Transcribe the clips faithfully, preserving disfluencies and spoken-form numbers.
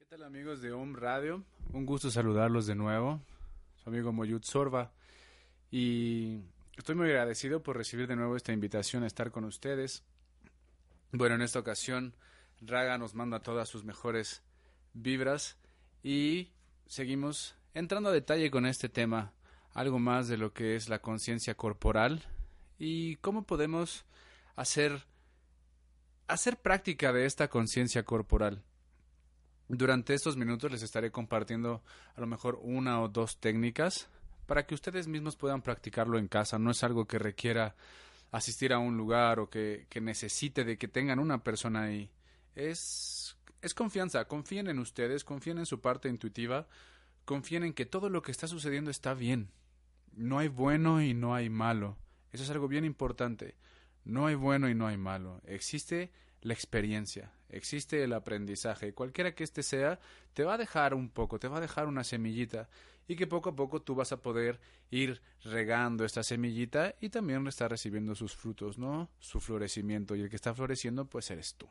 Tal amigos de Om Radio? Un gusto saludarlos de nuevo, su amigo Moyut Sorba, y estoy muy agradecido por recibir de nuevo esta invitación a estar con ustedes. Bueno, en esta ocasión Raga nos manda todas sus mejores vibras y seguimos entrando a detalle con este tema, algo más de lo que es la conciencia corporal y cómo podemos hacer, hacer práctica de esta conciencia corporal. Durante estos minutos les estaré compartiendo a lo mejor una o dos técnicas para que ustedes mismos puedan practicarlo en casa. No es algo que requiera asistir a un lugar o que, que necesite de que tengan una persona ahí. Es, es confianza. Confíen en ustedes, confíen en su parte intuitiva, confíen en que todo lo que está sucediendo está bien. No hay bueno y no hay malo. Eso es algo bien importante. No hay bueno y no hay malo. Existe la experiencia, existe el aprendizaje, cualquiera que éste sea, te va a dejar un poco, te va a dejar una semillita y que poco a poco tú vas a poder ir regando esta semillita y también está recibiendo sus frutos, ¿no? Su florecimiento, y el que está floreciendo pues eres tú.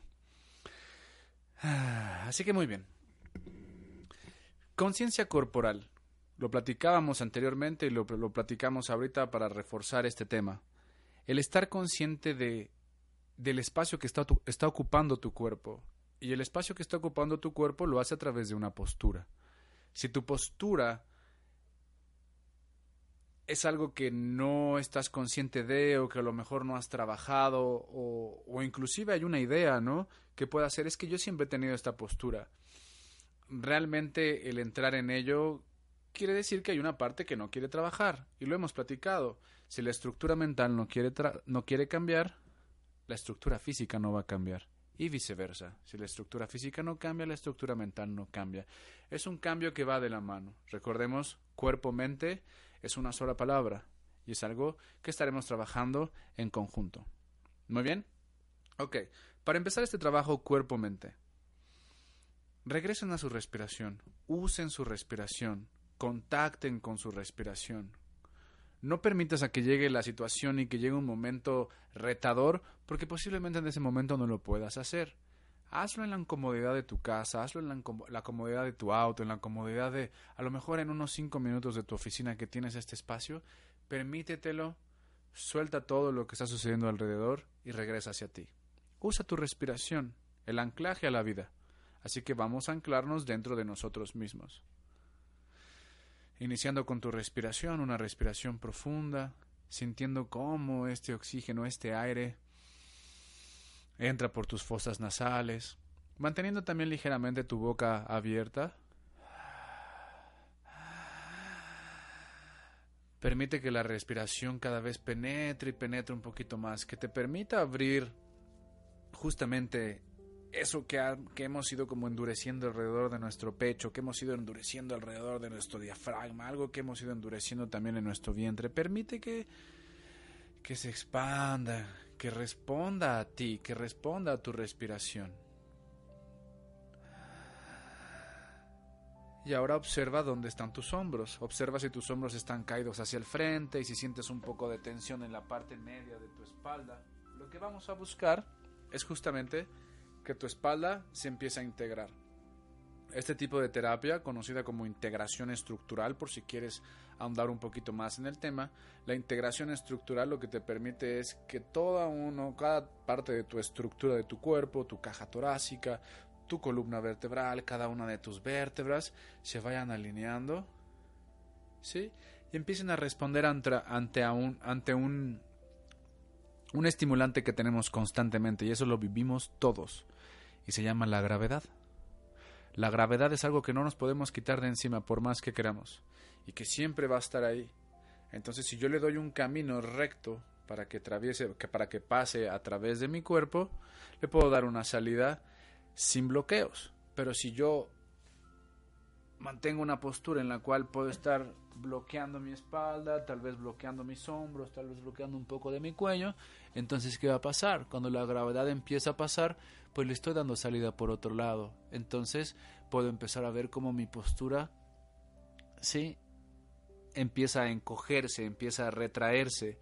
Así que muy bien. Conciencia corporal. Lo platicábamos anteriormente y lo, lo platicamos ahorita para reforzar este tema. El estar consciente de del espacio que está, tu, está ocupando tu cuerpo. Y el espacio que está ocupando tu cuerpo lo hace a través de una postura. Si tu postura es algo que no estás consciente de o que a lo mejor no has trabajado o, o inclusive hay una idea, ¿no?, que pueda ser, es que yo siempre he tenido esta postura. Realmente el entrar en ello quiere decir que hay una parte que no quiere trabajar. Y lo hemos platicado. Si la estructura mental no quiere, tra- no quiere cambiar, la estructura física no va a cambiar. Y viceversa. Si la estructura física no cambia, la estructura mental no cambia. Es un cambio que va de la mano. Recordemos, cuerpo-mente es una sola palabra. Y es algo que estaremos trabajando en conjunto. ¿Muy bien? Ok. Para empezar este trabajo cuerpo-mente, regresen a su respiración. Usen su respiración. Contacten con su respiración. No permitas a que llegue la situación y que llegue un momento retador, porque posiblemente en ese momento no lo puedas hacer. Hazlo en la comodidad de tu casa, hazlo en la, la comodidad de tu auto, en la comodidad de, a lo mejor en unos cinco minutos de tu oficina que tienes este espacio. Permítetelo, suelta todo lo que está sucediendo alrededor y regresa hacia ti. Usa tu respiración, el anclaje a la vida. Así que vamos a anclarnos dentro de nosotros mismos. Iniciando con tu respiración, una respiración profunda, sintiendo cómo este oxígeno, este aire, entra por tus fosas nasales, manteniendo también ligeramente tu boca abierta. Permite que la respiración cada vez penetre y penetre un poquito más, que te permita abrir justamente eso que, ha, que hemos ido como endureciendo alrededor de nuestro pecho, que hemos ido endureciendo alrededor de nuestro diafragma, algo que hemos ido endureciendo también en nuestro vientre. Permite que, que se expanda, que responda a ti, que responda a tu respiración. Y ahora observa dónde están tus hombros. Observa si tus hombros están caídos hacia el frente y si sientes un poco de tensión en la parte media de tu espalda. Lo que vamos a buscar es justamente que tu espalda se empiece a integrar. Este tipo de terapia, conocida como integración estructural, por si quieres ahondar un poquito más en el tema, la integración estructural lo que te permite es que toda uno, cada parte de tu estructura de tu cuerpo, tu caja torácica, tu columna vertebral, cada una de tus vértebras, se vayan alineando, ¿sí? Y empiecen a responder ante, ante, a un, ante un, un estimulante que tenemos constantemente, y eso lo vivimos todos. Y se llama la gravedad. La gravedad es algo que no nos podemos quitar de encima por más que queramos. Y que siempre va a estar ahí. Entonces si yo le doy un camino recto para que atraviese, que para que pase a través de mi cuerpo, le puedo dar una salida sin bloqueos. Pero si yo mantengo una postura en la cual puedo estar bloqueando mi espalda, tal vez bloqueando mis hombros, tal vez bloqueando un poco de mi cuello, entonces ¿qué va a pasar? Cuando la gravedad empieza a pasar, pues le estoy dando salida por otro lado. Entonces puedo empezar a ver cómo mi postura, sí, empieza a encogerse, empieza a retraerse.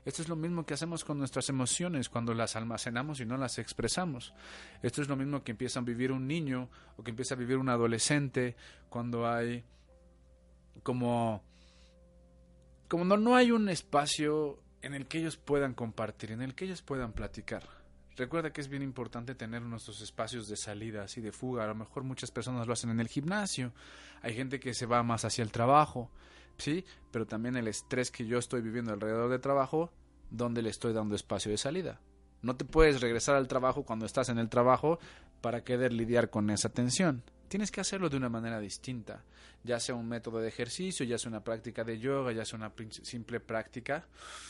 Esto es lo mismo que hacemos con nuestras emociones cuando las almacenamos y no las expresamos. Esto es lo mismo que empieza a vivir un niño o que empieza a vivir un adolescente cuando hay como, como no, no hay un espacio en el que ellos puedan compartir, en el que ellos puedan platicar. Recuerda que es bien importante tener nuestros espacios de salida, así de fuga. A lo mejor muchas personas lo hacen en el gimnasio. Hay gente que se va más hacia el trabajo, ¿sí? Pero también el estrés que yo estoy viviendo alrededor del trabajo, ¿dónde le estoy dando espacio de salida? No te puedes regresar al trabajo cuando estás en el trabajo para querer lidiar con esa tensión. Tienes que hacerlo de una manera distinta, ya sea un método de ejercicio, ya sea una práctica de yoga, ya sea una simple práctica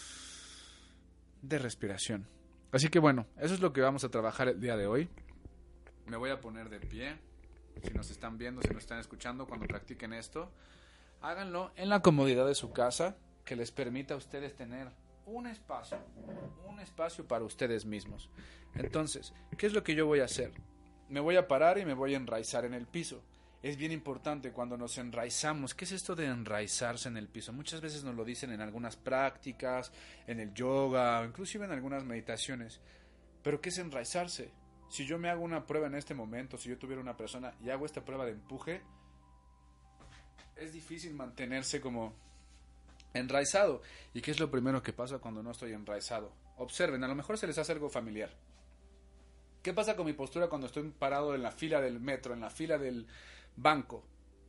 de respiración. Así que bueno, eso es lo que vamos a trabajar el día de hoy. Me voy a poner de pie. Si nos están viendo, si nos están escuchando, cuando practiquen esto, háganlo en la comodidad de su casa, que les permita a ustedes tener un espacio, un espacio para ustedes mismos. Entonces, ¿qué es lo que yo voy a hacer? Me voy a parar y me voy a enraizar en el piso. Es bien importante cuando nos enraizamos. ¿Qué es esto de enraizarse en el piso? Muchas veces nos lo dicen en algunas prácticas, en el yoga, inclusive en algunas meditaciones. ¿Pero qué es enraizarse? Si yo me hago una prueba en este momento, si yo tuviera una persona y hago esta prueba de empuje, es difícil mantenerse como enraizado. ¿Y qué es lo primero que pasa cuando no estoy enraizado? Observen, a lo mejor se les hace algo familiar. ¿Qué pasa con mi postura cuando estoy parado en la fila del metro, en la fila del banco?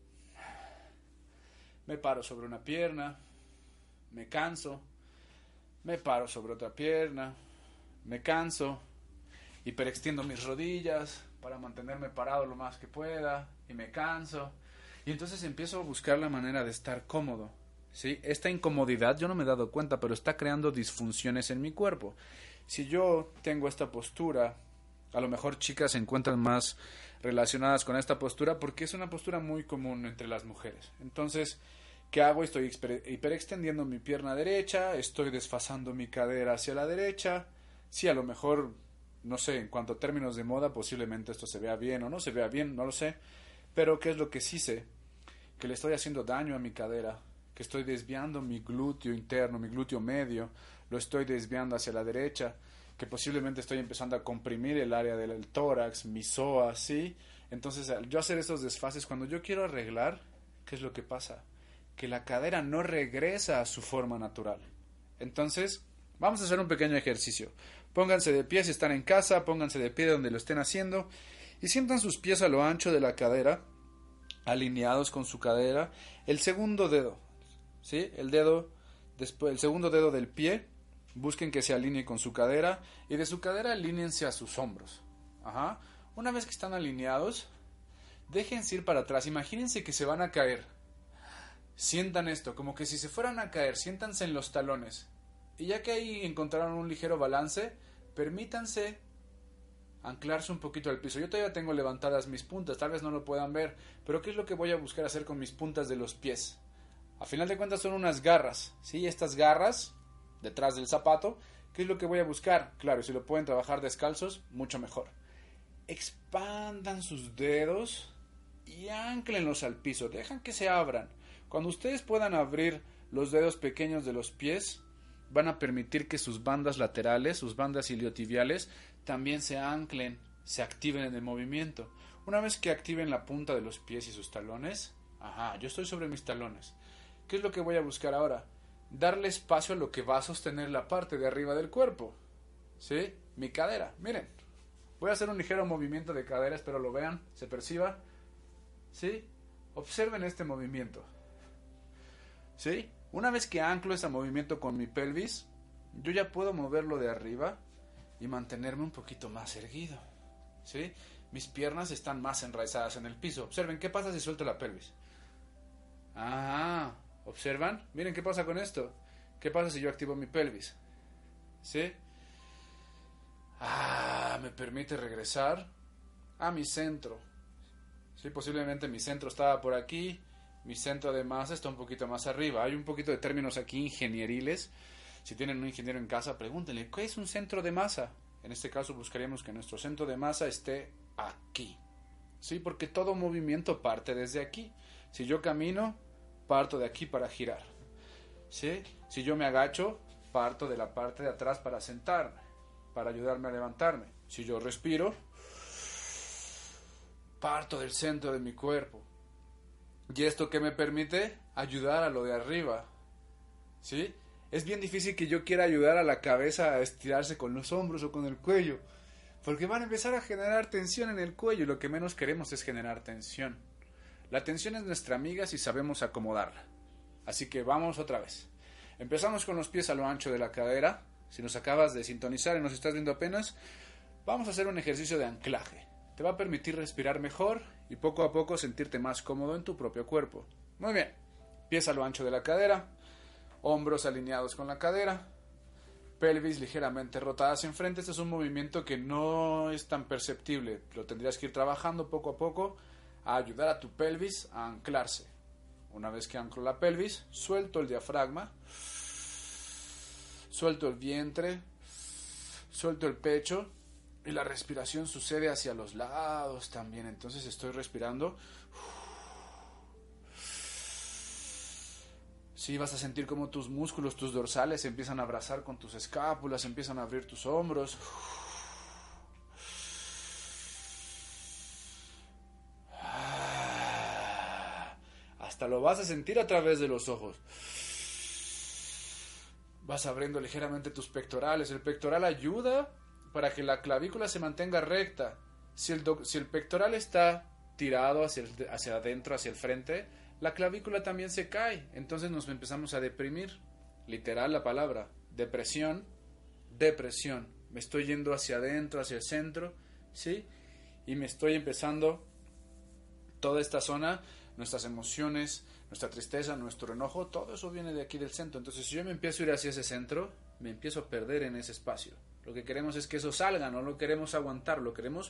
Me paro sobre una pierna, me canso, me paro sobre otra pierna, me canso, hiperextiendo mis rodillas para mantenerme parado lo más que pueda y me canso. Y entonces empiezo a buscar la manera de estar cómodo, ¿sí? Esta incomodidad yo no me he dado cuenta, pero está creando disfunciones en mi cuerpo. Si yo tengo esta postura, a lo mejor chicas se encuentran más relacionadas con esta postura porque es una postura muy común entre las mujeres. Entonces, ¿qué hago? Estoy hiperextendiendo mi pierna derecha, estoy desfasando mi cadera hacia la derecha. Sí, a lo mejor, no sé, en cuanto a términos de moda, posiblemente esto se vea bien o no se vea bien, no lo sé. Pero ¿qué es lo que sí sé? Que le estoy haciendo daño a mi cadera, que estoy desviando mi glúteo interno, mi glúteo medio, lo estoy desviando hacia la derecha, que posiblemente estoy empezando a comprimir el área del tórax, mi psoas, ¿sí? Entonces, al yo hacer estos desfases, cuando yo quiero arreglar, ¿qué es lo que pasa? Que la cadera no regresa a su forma natural. Entonces, vamos a hacer un pequeño ejercicio. Pónganse de pie si están en casa, pónganse de pie donde lo estén haciendo y sientan sus pies a lo ancho de la cadera, alineados con su cadera. El segundo dedo, ¿sí? El dedo, después, el segundo dedo del pie, busquen que se alinee con su cadera y de su cadera alíneense a sus hombros. Ajá. Una vez que están alineados, déjense ir para atrás. Imagínense que se van a caer. Sientan esto, como que si se fueran a caer, siéntanse en los talones. Y ya que ahí encontraron un ligero balance, permítanse anclarse un poquito al piso. Yo todavía tengo levantadas mis puntas, tal vez no lo puedan ver, pero ¿qué es lo que voy a buscar hacer con mis puntas de los pies? A final de cuentas son unas garras, ¿sí? Estas garras detrás del zapato, ¿qué es lo que voy a buscar? Claro, si lo pueden trabajar descalzos, mucho mejor. Expandan sus dedos y anclenlos al piso, dejan que se abran. Cuando ustedes puedan abrir los dedos pequeños de los pies, van a permitir que sus bandas laterales, sus bandas iliotibiales, también se anclen, se activen en el movimiento. Una vez que activen la punta de los pies y sus talones, ajá, yo estoy sobre mis talones. ¿Qué es lo que voy a buscar ahora? Darle espacio a lo que va a sostener la parte de arriba del cuerpo, ¿sí? Mi cadera, miren. Voy a hacer un ligero movimiento de cadera, espero lo vean, se perciba, ¿sí? Observen este movimiento, ¿sí? Una vez que anclo ese movimiento con mi pelvis, yo ya puedo moverlo de arriba y mantenerme un poquito más erguido, ¿sí? Mis piernas están más enraizadas en el piso. Observen, ¿qué pasa si suelto la pelvis? Ah, ¿observan? Miren qué pasa con esto. ¿Qué pasa si yo activo mi pelvis? ¿Sí? Ah, me permite regresar a mi centro. Sí, posiblemente mi centro estaba por aquí. Mi centro de masa está un poquito más arriba. Hay un poquito de términos aquí ingenieriles. Si tienen un ingeniero en casa, pregúntenle, ¿qué es un centro de masa? En este caso buscaríamos que nuestro centro de masa esté aquí. Sí, porque todo movimiento parte desde aquí. Si yo camino, parto de aquí para girar. ¿Sí? Si yo me agacho, parto de la parte de atrás para sentarme, para ayudarme a levantarme. Si yo respiro, parto del centro de mi cuerpo. ¿Y esto qué me permite? Ayudar a lo de arriba. ¿Sí? Es bien difícil que yo quiera ayudar a la cabeza a estirarse con los hombros o con el cuello, porque van a empezar a generar tensión en el cuello y lo que menos queremos es generar tensión. La tensión es nuestra amiga si sabemos acomodarla. Así que vamos otra vez. Empezamos con los pies a lo ancho de la cadera. Si nos acabas de sintonizar y nos estás viendo apenas, vamos a hacer un ejercicio de anclaje. Te va a permitir respirar mejor y poco a poco sentirte más cómodo en tu propio cuerpo. Muy bien. Pies a lo ancho de la cadera, hombros alineados con la cadera, pelvis ligeramente rotada hacia enfrente. Este es un movimiento que no es tan perceptible. Lo tendrías que ir trabajando poco a poco a ayudar a tu pelvis a anclarse. Una vez que anclo la pelvis, suelto el diafragma, suelto el vientre, suelto el pecho y la respiración sucede hacia los lados también. Entonces estoy respirando. Sí, vas a sentir como tus músculos, tus dorsales se empiezan a abrazar con tus escápulas, empiezan a abrir tus hombros. Hasta lo vas a sentir a través de los ojos. Vas abriendo ligeramente tus pectorales. El pectoral ayuda para que la clavícula se mantenga recta. Si el, do, si el pectoral está tirado hacia, el, hacia adentro, hacia el frente, la clavícula también se cae. Entonces nos empezamos a deprimir. Literal la palabra. Depresión. Depresión. Me estoy yendo hacia adentro, hacia el centro, ¿sí? Y me estoy empezando toda esta zona, nuestras emociones, nuestra tristeza, nuestro enojo, todo eso viene de aquí del centro. Entonces si yo me empiezo a ir hacia ese centro, me empiezo a perder en ese espacio. Lo que queremos es que eso salga, no lo queremos aguantar, lo queremos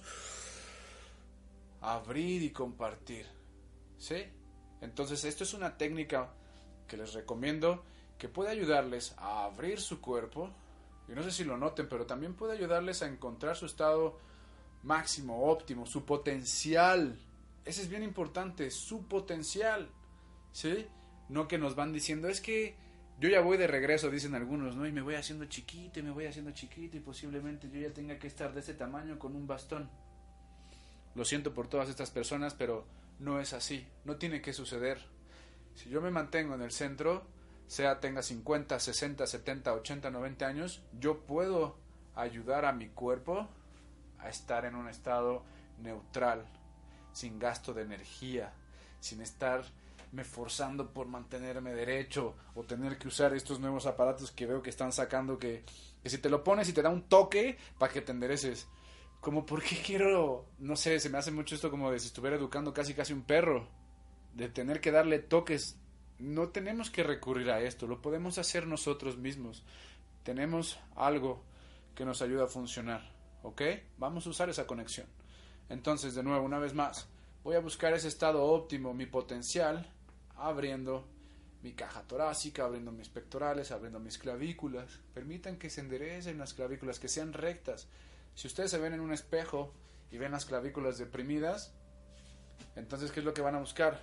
abrir y compartir, ¿sí? Entonces esto es una técnica que les recomiendo, que puede ayudarles a abrir su cuerpo, y no sé si lo noten, pero también puede ayudarles a encontrar su estado máximo, óptimo, su potencial. Ese es bien importante, su potencial, ¿sí? No que nos van diciendo, es que yo ya voy de regreso, dicen algunos, ¿no? Y me voy haciendo chiquito, y me voy haciendo chiquito, y posiblemente yo ya tenga que estar de ese tamaño con un bastón. Lo siento por todas estas personas, pero no es así, no tiene que suceder. Si yo me mantengo en el centro, sea tenga cincuenta, sesenta, setenta, ochenta, noventa años, yo puedo ayudar a mi cuerpo a estar en un estado neutral, sin gasto de energía, sin estarme forzando por mantenerme derecho o tener que usar estos nuevos aparatos que veo que están sacando que, que si te lo pones y te da un toque para que te endereces. Como, ¿por qué quiero? No sé, se me hace mucho esto como de si estuviera educando casi casi un perro, de tener que darle toques. No tenemos que recurrir a esto, lo podemos hacer nosotros mismos. Tenemos algo que nos ayuda a funcionar, ¿ok? Vamos a usar esa conexión. Entonces, de nuevo, una vez más, voy a buscar ese estado óptimo, mi potencial, abriendo mi caja torácica, abriendo mis pectorales, abriendo mis clavículas. Permitan que se enderecen las clavículas, que sean rectas. Si ustedes se ven en un espejo y ven las clavículas deprimidas, entonces, ¿qué es lo que van a buscar?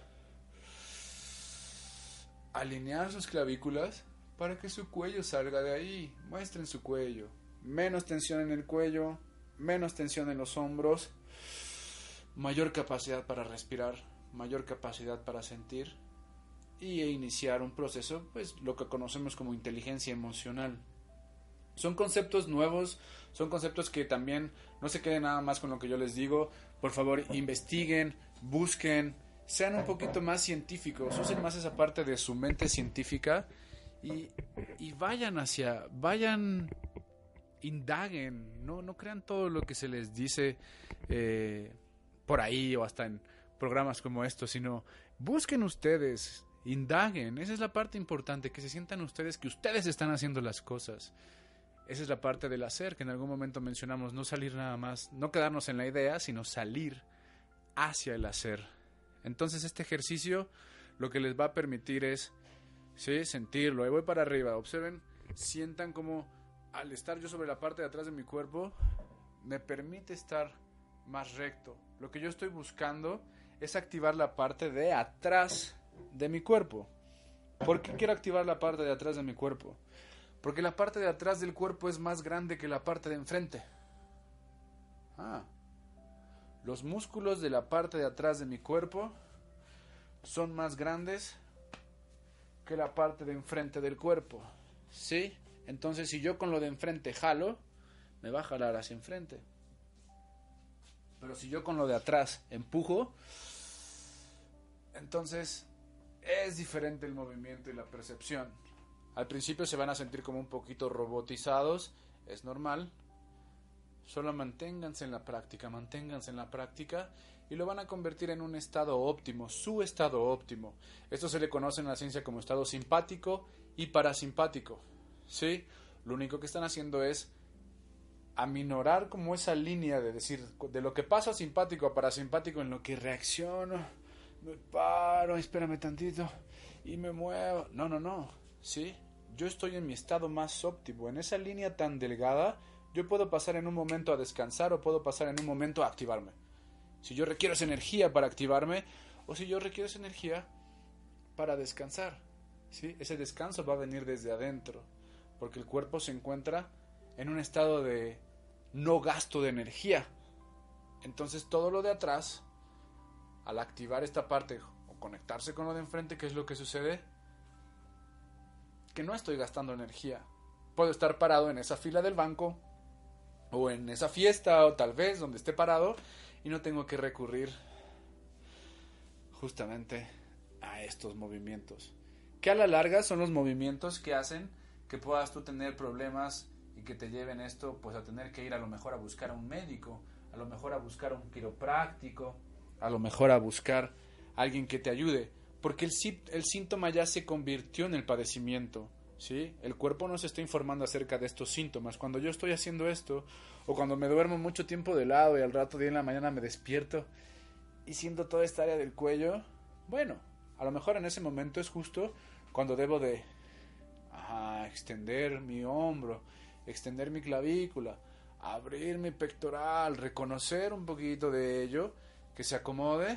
Alinear sus clavículas para que su cuello salga de ahí. Muestren su cuello. Menos tensión en el cuello, menos tensión en los hombros, mayor capacidad para respirar, mayor capacidad para sentir y iniciar un proceso, pues lo que conocemos como inteligencia emocional. Son conceptos nuevos, son conceptos que también no se queden nada más con lo que yo les digo. Por favor, investiguen, busquen, sean un poquito más científicos, usen más esa parte de su mente científica y, y vayan hacia, vayan, indaguen, no, no crean todo lo que se les dice eh, por ahí o hasta en programas como estos, sino busquen ustedes, indaguen. Esa es la parte importante, que se sientan ustedes que ustedes están haciendo las cosas. Esa es la parte del hacer, que en algún momento mencionamos, no salir nada más, no quedarnos en la idea, sino salir hacia el hacer. Entonces este ejercicio lo que les va a permitir es, ¿sí?, sentirlo. Ahí voy para arriba, observen, sientan como al estar yo sobre la parte de atrás de mi cuerpo, me permite estar más recto. Lo que yo estoy buscando es activar la parte de atrás de mi cuerpo. ¿Por qué quiero activar la parte de atrás de mi cuerpo? Porque la parte de atrás del cuerpo es más grande que la parte de enfrente. Ah. Los músculos de la parte de atrás de mi cuerpo son más grandes que la parte de enfrente del cuerpo. ¿Sí? Entonces, si yo con lo de enfrente jalo, me va a jalar hacia enfrente. Pero si yo con lo de atrás empujo, entonces es diferente el movimiento y la percepción. Al principio se van a sentir como un poquito robotizados, es normal. Solo manténganse en la práctica, manténganse en la práctica y lo van a convertir en un estado óptimo, su estado óptimo. Esto se le conoce en la ciencia como estado simpático y parasimpático. ¿Sí? Lo único que están haciendo es aminorar como esa línea de decir, de lo que pasa simpático a parasimpático, en lo que reacciono, me paro, espérame tantito y me muevo. No, no, no. ¿Sí? Yo estoy en mi estado más óptimo, en esa línea tan delgada. Yo puedo pasar en un momento a descansar o puedo pasar en un momento a activarme. Si yo requiero esa energía para activarme o si yo requiero esa energía para descansar. ¿Sí? Ese descanso va a venir desde adentro, porque el cuerpo se encuentra en un estado de no gasto de energía. Entonces todo lo de atrás, al activar esta parte o conectarse con lo de enfrente, ¿qué es lo que sucede? Que no estoy gastando energía. Puedo estar parado en esa fila del banco o en esa fiesta o tal vez donde esté parado y no tengo que recurrir justamente a estos movimientos, que a la larga son los movimientos que hacen que puedas tú tener problemas y que te lleven esto pues a tener que ir a lo mejor a buscar a un médico, a lo mejor a buscar a un quiropráctico, a lo mejor a buscar a alguien que te ayude, porque el, el síntoma ya se convirtió en el padecimiento. ¿Sí? El cuerpo nos está informando acerca de estos síntomas. Cuando yo estoy haciendo esto, o cuando me duermo mucho tiempo de lado y al rato de en la mañana me despierto y siento toda esta área del cuello, bueno, a lo mejor en ese momento es justo cuando debo de ajá, extender mi hombro, extender mi clavícula, abrir mi pectoral, reconocer un poquito de ello, que se acomode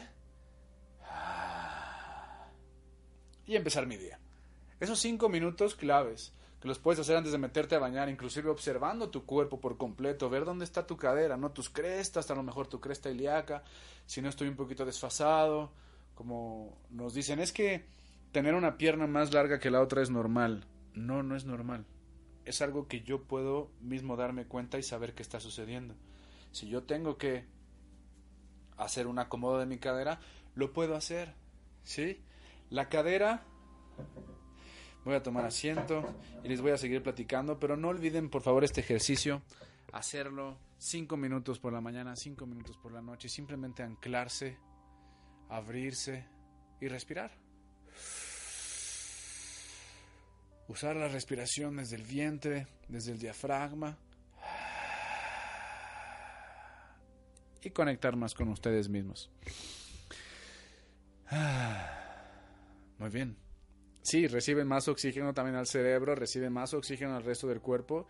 y empezar mi día. Esos cinco minutos claves, que los puedes hacer antes de meterte a bañar, inclusive observando tu cuerpo por completo, ver dónde está tu cadera, no tus crestas, a lo mejor tu cresta ilíaca, si no estoy un poquito desfasado, como nos dicen, es que tener una pierna más larga que la otra es normal. No, no es normal. Es algo que yo puedo mismo darme cuenta y saber qué está sucediendo. Si yo tengo que hacer un acomodo de mi cadera, lo puedo hacer, ¿sí? La cadera... Voy a tomar asiento y les voy a seguir platicando, pero no olviden por favor este ejercicio, hacerlo cinco minutos por la mañana, cinco minutos por la noche, simplemente anclarse, abrirse y respirar. Usar la respiración desde el vientre, desde el diafragma y conectar más con ustedes mismos. Muy bien. Sí, reciben más oxígeno también al cerebro, reciben más oxígeno al resto del cuerpo.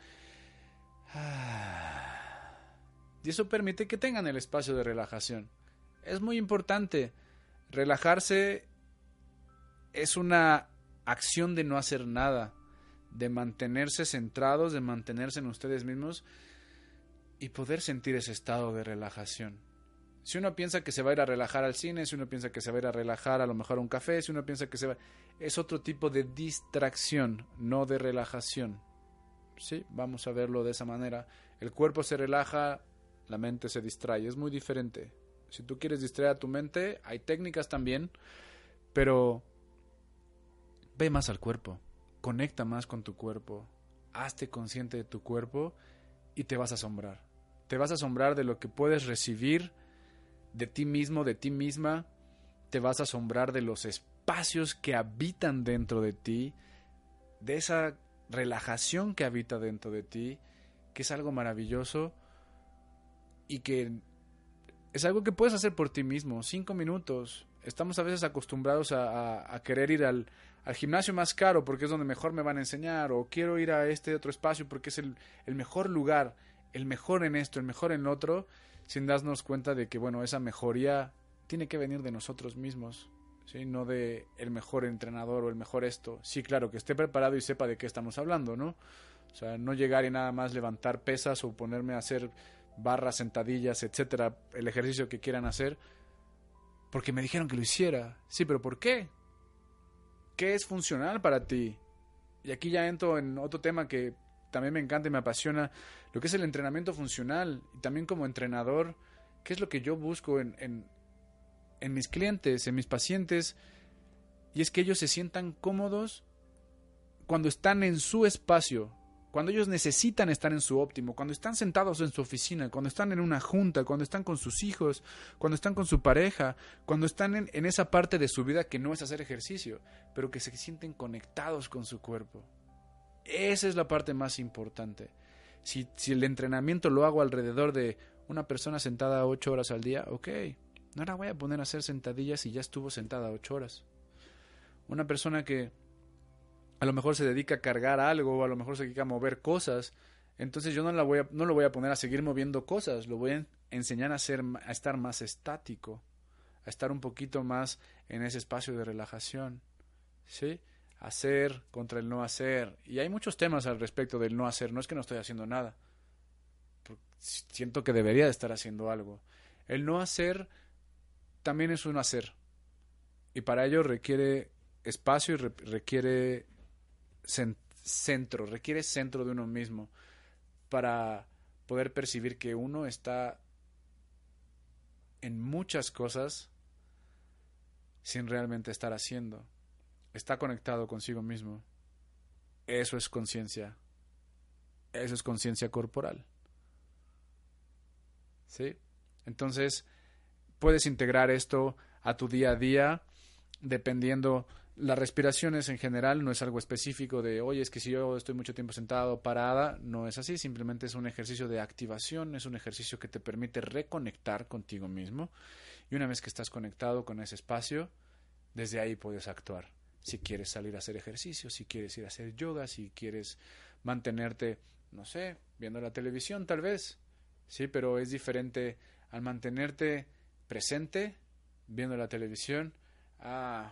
Y eso permite que tengan el espacio de relajación. Es muy importante. Relajarse es una acción de no hacer nada, de mantenerse centrados, de mantenerse en ustedes mismos y poder sentir ese estado de relajación. Si uno piensa que se va a ir a relajar al cine, si uno piensa que se va a ir a relajar a lo mejor a un café, si uno piensa que se va... Es otro tipo de distracción, no de relajación. Sí, vamos a verlo de esa manera. El cuerpo se relaja, la mente se distrae. Es muy diferente. Si tú quieres distraer a tu mente, hay técnicas también, pero ve más al cuerpo. Conecta más con tu cuerpo. Hazte consciente de tu cuerpo y te vas a asombrar. Te vas a asombrar de lo que puedes recibir de ti mismo, de ti misma. Te vas a asombrar de los espacios que habitan dentro de ti, de esa relajación que habita dentro de ti, que es algo maravilloso y que es algo que puedes hacer por ti mismo. Cinco minutos. Estamos a veces acostumbrados a, a, a querer ir al, al gimnasio más caro porque es donde mejor me van a enseñar, o quiero ir a este otro espacio porque es el, el mejor lugar, el mejor en esto, el mejor en lo otro, sin darnos cuenta de que, bueno, esa mejoría tiene que venir de nosotros mismos. ¿sí? No de el mejor entrenador o el mejor esto. Sí, claro, que esté preparado y sepa de qué estamos hablando, ¿no? O sea, no llegar y nada más levantar pesas o ponerme a hacer barras, sentadillas, etcétera, el ejercicio que quieran hacer, porque me dijeron que lo hiciera. Sí, pero ¿por qué? ¿Qué es funcional para ti? Y aquí ya entro en otro tema que también me encanta y me apasiona, lo que es el entrenamiento funcional. Y también como entrenador, ¿qué es lo que yo busco en, en, en mis clientes, en mis pacientes? Y es que ellos se sientan cómodos cuando están en su espacio, cuando ellos necesitan estar en su óptimo, cuando están sentados en su oficina, cuando están en una junta, cuando están con sus hijos, cuando están con su pareja, cuando están en, en esa parte de su vida que no es hacer ejercicio, pero que se sienten conectados con su cuerpo. Esa es la parte más importante. Si, si el entrenamiento lo hago alrededor de una persona sentada ocho horas al día, ok, no la voy a poner a hacer sentadillas y ya estuvo sentada ocho horas. Una persona que a lo mejor se dedica a cargar algo, o a lo mejor se dedica a mover cosas, entonces yo no la voy a, no lo voy a poner a seguir moviendo cosas, lo voy a enseñar a, ser, a estar más estático, a estar un poquito más en ese espacio de relajación, ¿sí? Hacer contra el no hacer. Y hay muchos temas al respecto del no hacer, no es que no estoy haciendo nada, siento que debería de estar haciendo algo. El no hacer también es un hacer, y para ello requiere espacio y re- requiere centro, requiere centro de uno mismo para poder percibir que uno está en muchas cosas sin realmente estar haciendo. Está conectado consigo mismo. Eso es conciencia. Eso es conciencia corporal. ¿Sí? Entonces, puedes integrar esto a tu día a día dependiendo. Las respiraciones en general no es algo específico de, oye, es que si yo estoy mucho tiempo sentado, parada, no es así, simplemente es un ejercicio de activación, es un ejercicio que te permite reconectar contigo mismo, y una vez que estás conectado con ese espacio, desde ahí puedes actuar. Si quieres salir a hacer ejercicio, si quieres ir a hacer yoga, si quieres mantenerte, no sé, viendo la televisión tal vez, sí, pero es diferente al mantenerte presente viendo la televisión a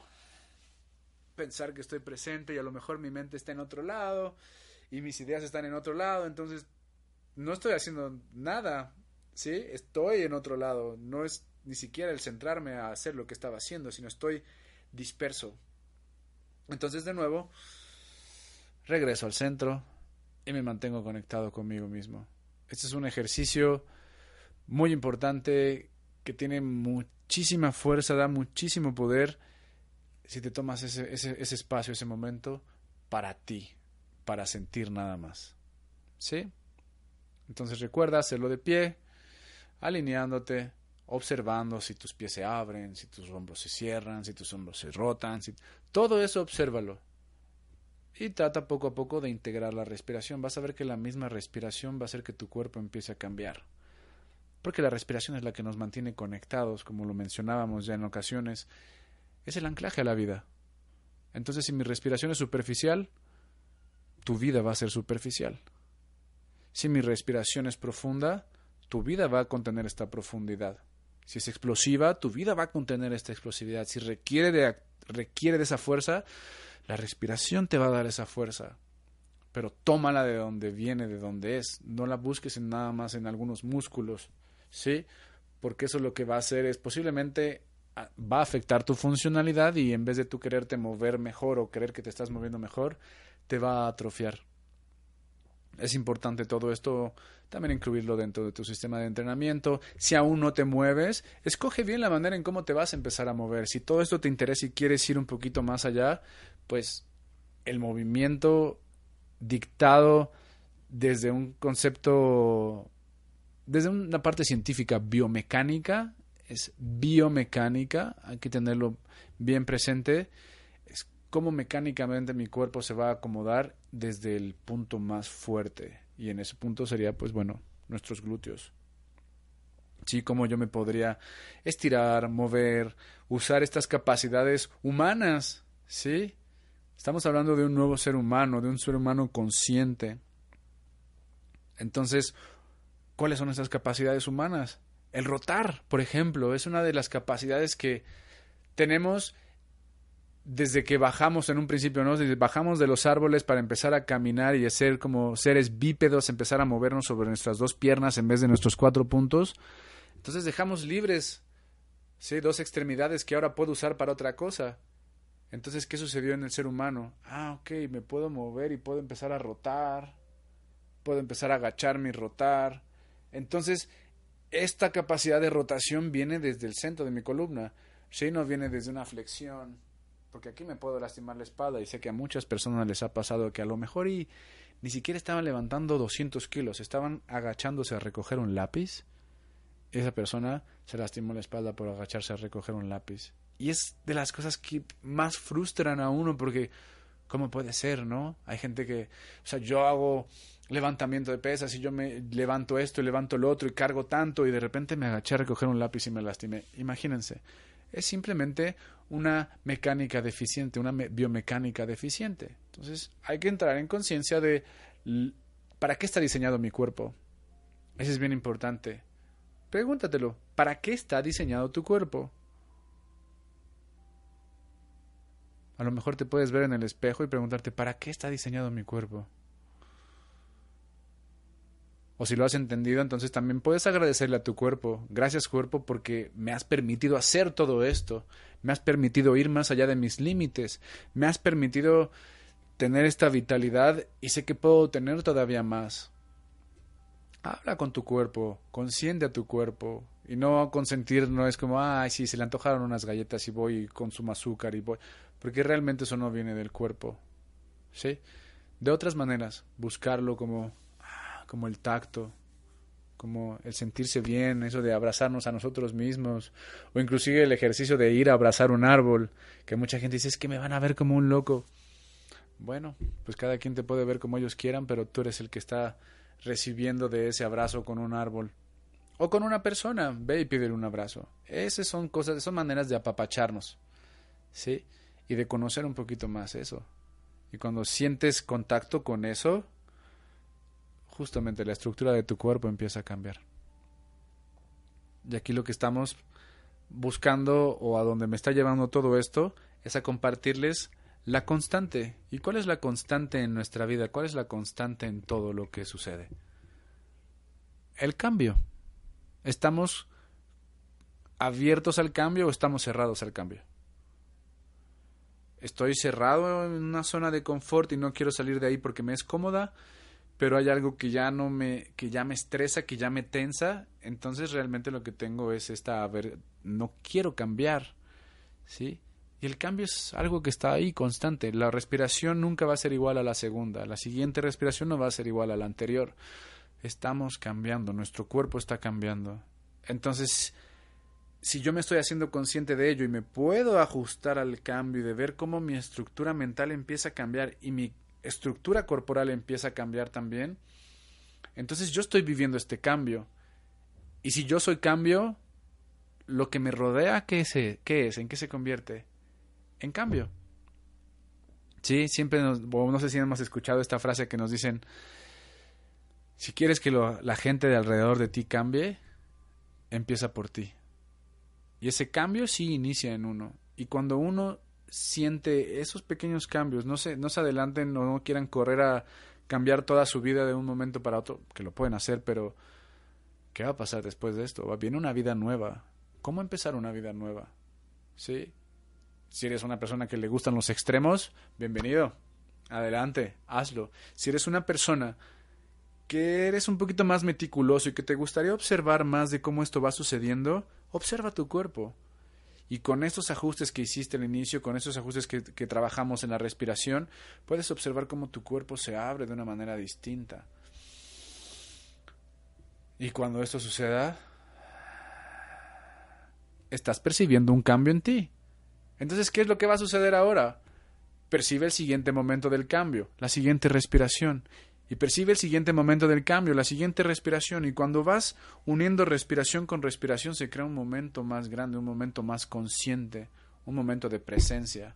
pensar que estoy presente y a lo mejor mi mente está en otro lado y mis ideas están en otro lado, entonces no estoy haciendo nada, ¿sí? Estoy en otro lado, no es ni siquiera el centrarme a hacer lo que estaba haciendo, sino estoy disperso. Entonces, de nuevo, regreso al centro y me mantengo conectado conmigo mismo. Este es un ejercicio muy importante que tiene muchísima fuerza, da muchísimo poder si te tomas ese, ese, ese espacio, ese momento para ti, para sentir nada más. ¿Sí? Entonces recuerda hacerlo de pie, alineándote, observando si tus pies se abren, si tus hombros se cierran, si tus hombros se rotan, si... todo eso obsérvalo. Y trata poco a poco de integrar la respiración. Vas a ver que la misma respiración va a hacer que tu cuerpo empiece a cambiar. Porque la respiración es la que nos mantiene conectados, como lo mencionábamos ya en ocasiones. Es el anclaje a la vida. Entonces, si mi respiración es superficial, tu vida va a ser superficial. Si mi respiración es profunda, tu vida va a contener esta profundidad. Si es explosiva, tu vida va a contener esta explosividad. Si requiere de, requiere de esa fuerza, la respiración te va a dar esa fuerza. Pero tómala de donde viene, de donde es. No la busques en nada más en algunos músculos, ¿sí? Porque eso lo que va a hacer es posiblemente va a afectar tu funcionalidad y en vez de tú quererte mover mejor o creer que te estás moviendo mejor, te va a atrofiar. Es importante todo esto también incluirlo dentro de tu sistema de entrenamiento. Si aún no te mueves, escoge bien la manera en cómo te vas a empezar a mover. Si todo esto te interesa y quieres ir un poquito más allá, pues el movimiento dictado desde un concepto, desde una parte científica biomecánica, es biomecánica, hay que tenerlo bien presente, es cómo mecánicamente mi cuerpo se va a acomodar desde el punto más fuerte, y en ese punto sería, pues bueno, nuestros glúteos. Sí, cómo yo me podría estirar, mover, usar estas capacidades humanas, ¿sí? Estamos hablando de un nuevo ser humano, de un ser humano consciente. Entonces, ¿cuáles son esas capacidades humanas? El rotar, por ejemplo, es una de las capacidades que tenemos desde que bajamos en un principio, ¿no? Desde bajamos de los árboles para empezar a caminar y a ser como seres bípedos, empezar a movernos sobre nuestras dos piernas en vez de nuestros cuatro puntos. Entonces dejamos libres, ¿sí? Dos extremidades que ahora puedo usar para otra cosa. Entonces, ¿qué sucedió en el ser humano? Ah, ok, me puedo mover y puedo empezar a rotar, puedo empezar a agacharme y rotar. Entonces, esta capacidad de rotación viene desde el centro de mi columna, ¿sí? No viene desde una flexión, porque aquí me puedo lastimar la espalda y sé que a muchas personas les ha pasado que a lo mejor y ni siquiera estaban levantando doscientos kilos, estaban agachándose a recoger un lápiz. Esa persona se lastimó la espalda por agacharse a recoger un lápiz. Y es de las cosas que más frustran a uno porque, ¿cómo puede ser, no? Hay gente que, o sea, yo hago levantamiento de pesas y yo me levanto esto y levanto lo otro y cargo tanto y de repente me agaché a recoger un lápiz y me lastimé. Imagínense, es simplemente una mecánica deficiente, una biomecánica deficiente. Entonces hay que entrar en conciencia de ¿para qué está diseñado mi cuerpo? Eso es bien importante. Pregúntatelo, ¿para qué está diseñado tu cuerpo? A lo mejor te puedes ver en el espejo y preguntarte, ¿para qué está diseñado mi cuerpo? O si lo has entendido, entonces también puedes agradecerle a tu cuerpo. Gracias, cuerpo, porque me has permitido hacer todo esto. Me has permitido ir más allá de mis límites. Me has permitido tener esta vitalidad y sé que puedo tener todavía más. Habla con tu cuerpo, consiente a tu cuerpo. Y no consentir no es como, ay, sí, se le antojaron unas galletas y voy y consumo azúcar y voy. Porque realmente eso no viene del cuerpo. ¿Sí? De otras maneras, buscarlo como, como el tacto, como el sentirse bien, eso de abrazarnos a nosotros mismos, o inclusive el ejercicio de ir a abrazar un árbol, que mucha gente dice, es que me van a ver como un loco. Bueno, pues cada quien te puede ver como ellos quieran, pero tú eres el que está recibiendo de ese abrazo con un árbol. O con una persona, ve y pídele un abrazo. Esas son cosas, son maneras de apapacharnos, ¿sí? Y de conocer un poquito más eso. Y cuando sientes contacto con eso, justamente la estructura de tu cuerpo empieza a cambiar. Y aquí lo que estamos buscando, o a donde me está llevando todo esto, es a compartirles la constante. ¿Y cuál es la constante en nuestra vida? ¿Cuál es la constante en todo lo que sucede? El cambio. ¿Estamos abiertos al cambio o estamos cerrados al cambio? Estoy cerrado en una zona de confort y no quiero salir de ahí porque me es cómoda, pero hay algo que ya no me, que ya me estresa, que ya me tensa, entonces realmente lo que tengo es esta, a ver, no quiero cambiar, ¿sí? Y el cambio es algo que está ahí constante. La respiración nunca va a ser igual a la segunda, la siguiente respiración no va a ser igual a la anterior. Estamos cambiando, nuestro cuerpo está cambiando. Entonces, si yo me estoy haciendo consciente de ello y me puedo ajustar al cambio y de ver cómo mi estructura mental empieza a cambiar y mi estructura corporal empieza a cambiar también, entonces yo estoy viviendo este cambio. Y si yo soy cambio, lo que me rodea, ¿qué es? ¿Qué es? ¿En qué se convierte? En cambio. Sí, siempre nos, no sé si hemos escuchado esta frase que nos dicen, si quieres que lo, la gente de alrededor de ti cambie, empieza por ti. Y ese cambio sí inicia en uno. Y cuando uno siente esos pequeños cambios, no se, no se adelanten o no quieran correr a cambiar toda su vida de un momento para otro, que lo pueden hacer, pero ¿qué va a pasar después de esto? Viene una vida nueva. ¿Cómo empezar una vida nueva? ¿Sí? Si eres una persona que le gustan los extremos, bienvenido. Adelante, hazlo. Si eres una persona que eres un poquito más meticuloso y que te gustaría observar más de cómo esto va sucediendo, observa tu cuerpo. Y con estos ajustes que hiciste al inicio, con estos ajustes que, que trabajamos en la respiración, puedes observar cómo tu cuerpo se abre de una manera distinta. Y cuando esto suceda, estás percibiendo un cambio en ti. Entonces, ¿qué es lo que va a suceder ahora? Percibe el siguiente momento del cambio, la siguiente respiración. Y percibe el siguiente momento del cambio, la siguiente respiración. Y cuando vas uniendo respiración con respiración, se crea un momento más grande, un momento más consciente, un momento de presencia.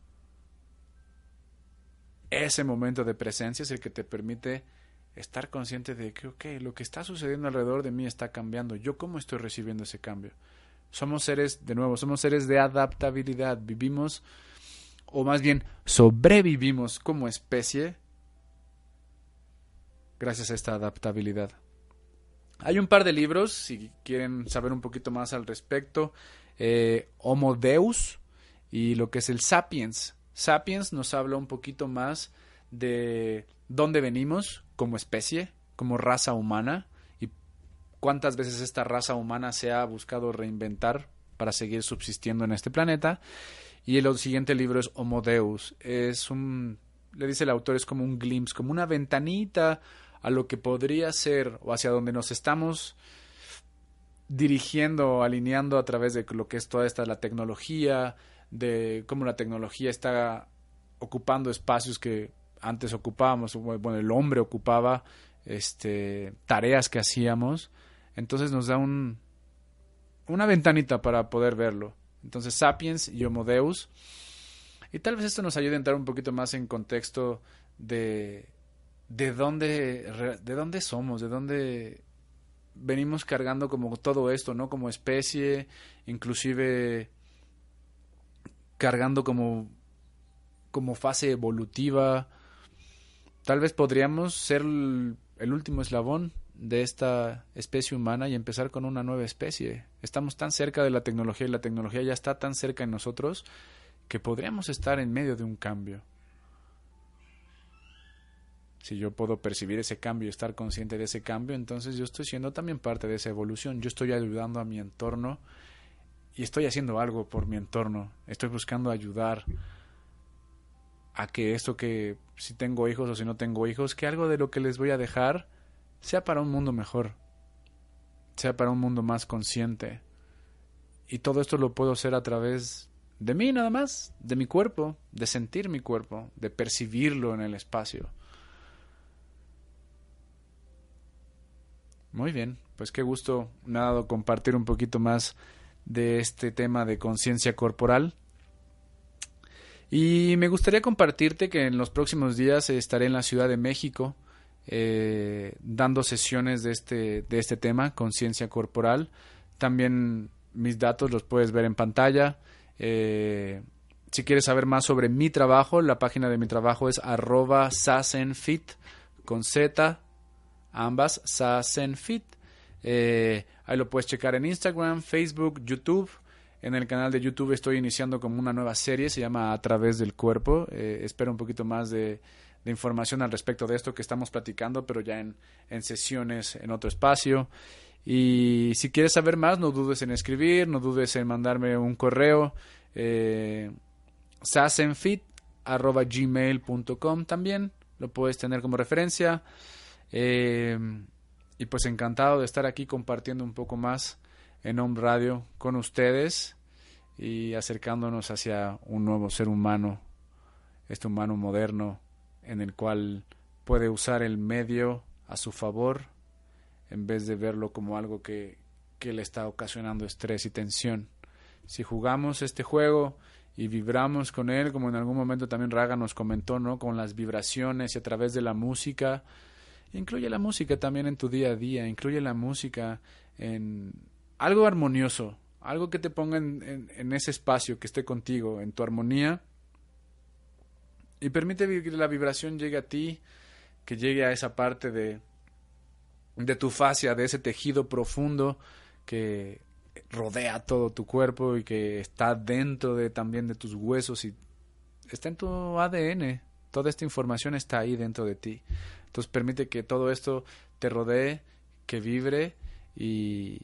Ese momento de presencia es el que te permite estar consciente de que, ok, lo que está sucediendo alrededor de mí está cambiando. ¿Yo cómo estoy recibiendo ese cambio? Somos seres, de nuevo, somos seres de adaptabilidad. Vivimos o más bien sobrevivimos como especie gracias a esta adaptabilidad. Hay un par de libros, si quieren saber un poquito más al respecto, eh, Homo Deus y lo que es el Sapiens. Sapiens nos habla un poquito más de dónde venimos como especie, como raza humana, y cuántas veces esta raza humana se ha buscado reinventar para seguir subsistiendo en este planeta. Y el siguiente libro es Homo Deus. Es un, le dice el autor, es como un glimpse, como una ventanita a lo que podría ser o hacia donde nos estamos dirigiendo, alineando a través de lo que es toda esta la tecnología, de cómo la tecnología está ocupando espacios que antes ocupábamos, bueno, el hombre ocupaba este tareas que hacíamos. Entonces nos da un una ventanita para poder verlo. Entonces Sapiens y Homo Deus. Y tal vez esto nos ayude a entrar un poquito más en contexto de de dónde de dónde somos, de dónde venimos cargando como todo esto, ¿no? Como especie, inclusive cargando como como fase evolutiva. Tal vez podríamos ser el, el último eslabón de esta especie humana y empezar con una nueva especie. Estamos tan cerca de la tecnología y la tecnología ya está tan cerca en nosotros que podríamos estar en medio de un cambio. Si yo puedo percibir ese cambio y estar consciente de ese cambio, entonces yo estoy siendo también parte de esa evolución. Yo estoy ayudando a mi entorno y estoy haciendo algo por mi entorno. Estoy buscando ayudar a que esto, que si tengo hijos o si no tengo hijos, que algo de lo que les voy a dejar sea para un mundo mejor, sea para un mundo más consciente. Y todo esto lo puedo hacer a través de mí nada más, de mi cuerpo, de sentir mi cuerpo, de percibirlo en el espacio. Muy bien, pues qué gusto me ha dado compartir un poquito más de este tema de conciencia corporal. Y me gustaría compartirte que en los próximos días estaré en la Ciudad de México eh, dando sesiones de este, de este tema, conciencia corporal. También mis datos los puedes ver en pantalla. Eh, si quieres saber más sobre mi trabajo, la página de mi trabajo es arroba sasenfit con Z, ambas, sasenfit. Eh, ahí lo puedes checar en Instagram, Facebook, YouTube. En el canal de YouTube estoy iniciando como una nueva serie, se llama A Través del Cuerpo. Eh, espero un poquito más de, de información al respecto de esto que estamos platicando, pero ya en, en sesiones en otro espacio. Y si quieres saber más, no dudes en escribir, no dudes en mandarme un correo, eh, sasenfit arroba gmail punto com también, lo puedes tener como referencia. Eh, y pues encantado de estar aquí compartiendo un poco más en Home Radio con ustedes y acercándonos hacia un nuevo ser humano, este humano moderno en el cual puede usar el medio a su favor en vez de verlo como algo que, que le está ocasionando estrés y tensión. Si jugamos este juego y vibramos con él, como en algún momento también Raga nos comentó, ¿no? Con las vibraciones y a través de la música. Incluye la música también en tu día a día, incluye la música en algo armonioso, algo que te ponga en, en, en ese espacio, que esté contigo, en tu armonía, y permite que la vibración llegue a ti, que llegue a esa parte de, de tu fascia, de ese tejido profundo que rodea todo tu cuerpo y que está dentro de también de tus huesos y está en tu A D N. Toda esta información está ahí dentro de ti. Entonces permite que todo esto te rodee, que vibre y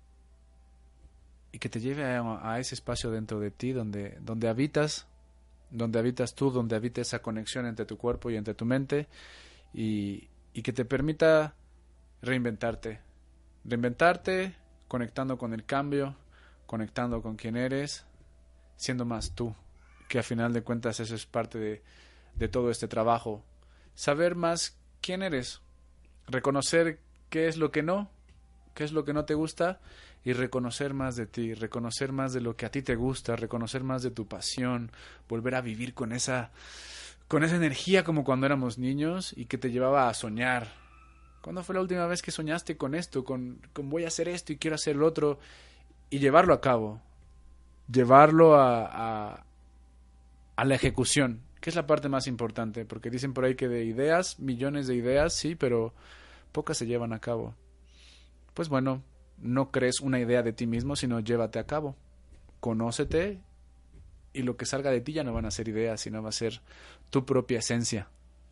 y que te lleve a, a ese espacio dentro de ti donde, donde habitas, donde habitas tú, donde habita esa conexión entre tu cuerpo y entre tu mente y, y que te permita reinventarte, reinventarte conectando con el cambio, conectando con quién eres, siendo más tú, que a final de cuentas eso es parte de, de todo este trabajo, saber más quién eres, reconocer qué es lo que no, qué es lo que no te gusta y reconocer más de ti, reconocer más de lo que a ti te gusta, reconocer más de tu pasión, volver a vivir con esa con esa energía como cuando éramos niños y que te llevaba a soñar. ¿Cuándo fue la última vez que soñaste con esto, con, con voy a hacer esto y quiero hacer lo otro y llevarlo a cabo? Llevarlo a, a, a la ejecución, que es la parte más importante, porque dicen por ahí que de ideas, millones de ideas, sí, pero pocas se llevan a cabo. Pues bueno, no crees una idea de ti mismo, sino llévate a cabo. Conócete y lo que salga de ti ya no van a ser ideas, sino va a ser tu propia esencia.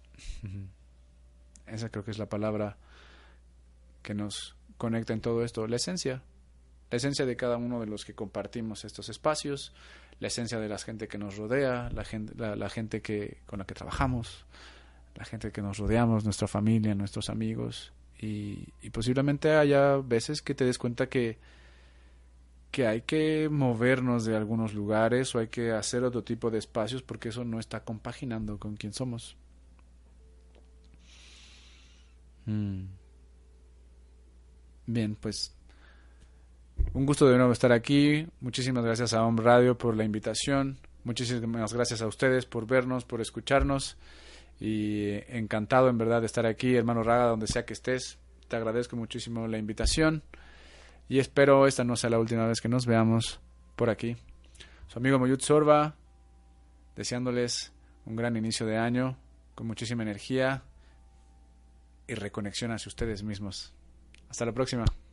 Esa creo que es la palabra que nos conecta en todo esto, la esencia. La esencia de cada uno de los que compartimos estos espacios, la esencia de la gente que nos rodea, la gente, la, la gente que, con la que trabajamos, la gente que nos rodeamos, nuestra familia, nuestros amigos. Y, y posiblemente haya veces que te des cuenta que, que hay que movernos de algunos lugares o hay que hacer otro tipo de espacios porque eso no está compaginando con quien somos. Hmm. Bien, pues un gusto de nuevo estar aquí. Muchísimas gracias a Om Radio por la invitación. Muchísimas gracias a ustedes por vernos, por escucharnos. Y encantado en verdad de estar aquí, hermano Raga, donde sea que estés. Te agradezco muchísimo la invitación. Y espero esta no sea la última vez que nos veamos por aquí. Su amigo Moyut Sorba, deseándoles un gran inicio de año, con muchísima energía y reconexión hacia ustedes mismos. Hasta la próxima.